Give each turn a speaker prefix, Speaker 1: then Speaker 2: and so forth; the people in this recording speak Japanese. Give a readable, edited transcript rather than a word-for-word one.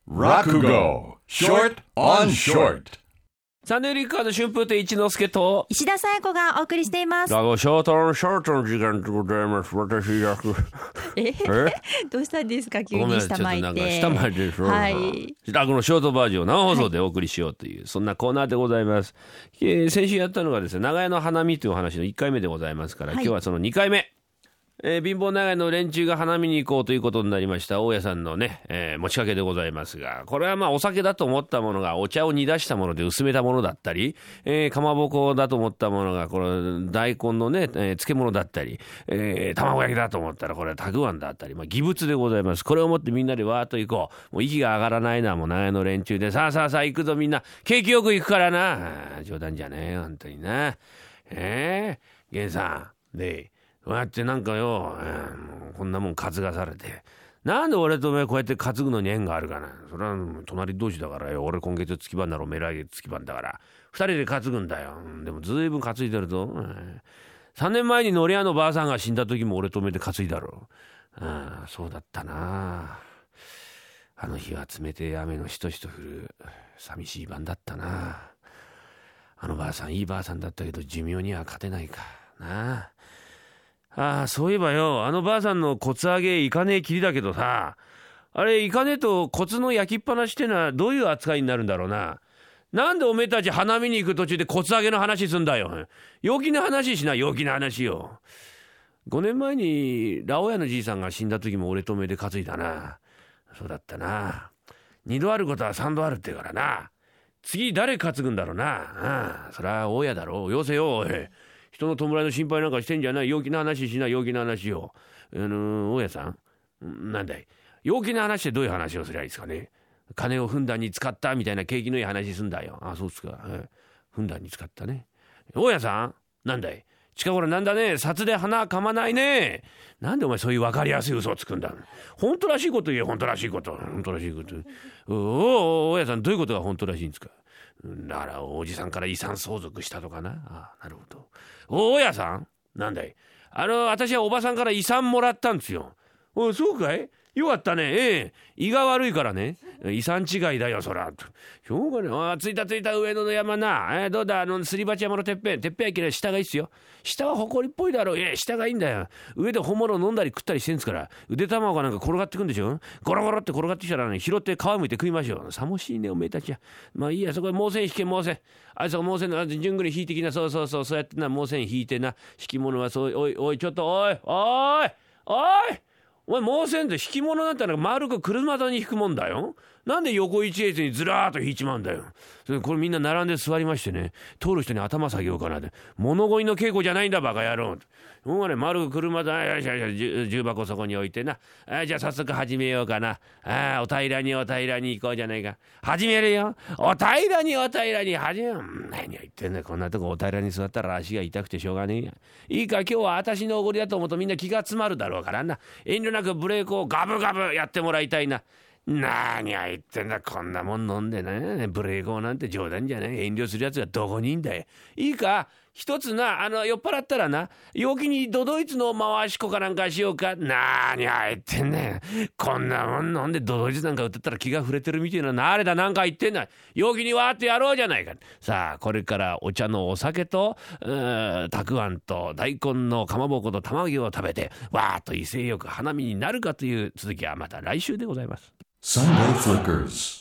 Speaker 1: 落語 Short on Short。
Speaker 2: サンデーリッカーの春風亭一之輔と
Speaker 3: 石田紗友子がお送りしています。
Speaker 2: 落語ショートの時間でございます。私落
Speaker 3: どうしたんですか急に下巻いて。
Speaker 2: 下巻いてる。
Speaker 3: はい。
Speaker 2: 落語のショートバージョンを生放送でお送りしようという、そんなコーナーでございます。先週やったのがですね、長屋の花見というお話の1回目でございますから、今日はその2回目。貧乏長屋の連中が花見に行こうということになりました大家さんのね、持ちかけでございますが、これはまあお酒だと思ったものがお茶を煮出したもので薄めたものだったり、かまぼこだと思ったものがこれ大根のね、漬物だったり、卵焼きだと思ったらこれはたくあんだったり、義物でございます。これを持ってみんなでわーっと行こう。もう息が上がらないのはもう長屋の連中で、さあ行くぞみんな、景気よく行くからな。冗談じゃねえよ本当にな。源さんでこうやってなんかよ、こんなもん担がされて、なんで俺とお前こうやって担ぐのに縁があるかな。それは隣同士だからよ。俺今月月番だろ、おめえ来月月番だから2人で担ぐんだよ。でもずいぶん担いでるぞ。3年前にのり屋のばあさんが死んだ時も俺とおめえで担いだろ。そうだったな。あの日は冷てえ雨のしとしと降る寂しい晩だったな。あのばあさんいいばあさんだったけど寿命には勝てないかな。そういえばよ、あのばあさんの骨上げいかねえきりだけどさ、あれいかねえと骨の焼きっぱなしってのはどういう扱いになるんだろうな。なんでおめえたち花見に行く途中で骨上げの話すんだよ。陽気な話しな、陽気な話よ。5年前にラオヤのじいさんが死んだ時も俺とおめえで担いだな。そうだったな。2度あることは3度あるってからな。次誰担ぐんだろうな。そりゃ大家だろう。よせよ。人の弔いの心配なんかしてんじゃない。陽気な話しない、陽気な話を。大家さんなんだい、陽気な話ってどういう話をすりゃいいですかね。金をふんだんに使ったみたいな景気のいい話すんだよ。そうっすか、ふんだんに使ったね。大家さんなんだい、近頃なんだね、札で鼻かまないね。なんでお前そういう分かりやすい嘘をつくんだ。本当らしいこと言え。本当らしいこと。大家さんどういうことが本当らしいんですか。だからおじさんから遺産相続したとかな。なるほど。大家さんなんだい、私はおばさんから遺産もらったんですよ。そうかい、よかったね。胃が悪いからね、遺産違いだよそら。しょうがねえ。着いた上野の山な。どうだすり鉢山のてっぺんはいけない。下がいいっすよ。下は埃っぽいだろう。下がいいんだよ。上で本物飲んだり食ったりしてんすから。ゆで卵がなんか転がってくんでしょ。ゴロゴロって転がってきたらね、拾って皮むいて食いましょう。さもしいねおめえたちは。まあいいや、そこで毛線引け。あいつが毛線の順繰り引いてきな。そうやってな、毛線引いてな、敷物はそう。おいちょっとおいお前毛線で引き物なんてのは丸く車座に引くもんだよ。なんで横一列にずらーっと引いちまうんだよ。これみんな並んで座りましてね、通る人に頭下げようかなって。物乞いの稽古じゃないんだバカ野郎。丸く車座、重箱そこに置いてな。じゃあ早速始めようかな。お平らに行こうじゃないか。始めるよ。お平らに始めよう。何を言ってんだ、こんなとこお平らに座ったら足が痛くてしょうがねえや。いいか、今日は私のおごりだと思うとみんな気が詰まるだろうからな。遠慮なくブレークをガブガブやってもらいたいな。何を言ってんだ、こんなもん飲んでね、ブレーコーなんて冗談じゃねえ。遠慮するやつがどこにいんだよ。いいか、一つな、酔っ払ったらな、陽気にドドイツの回し子かなんかしようか。何を言ってんだよ。こんなもん飲んでドドイツなんか歌ったら気が触れてるみたいな。誰だなんか言ってんだ。陽気にわーってやろうじゃないか。さあこれからお茶のお酒とたくあんと大根のかまぼこと卵を食べてわーっと威勢よく花見になるかという続きはまた来週でございます。
Speaker 1: Sunday Flickers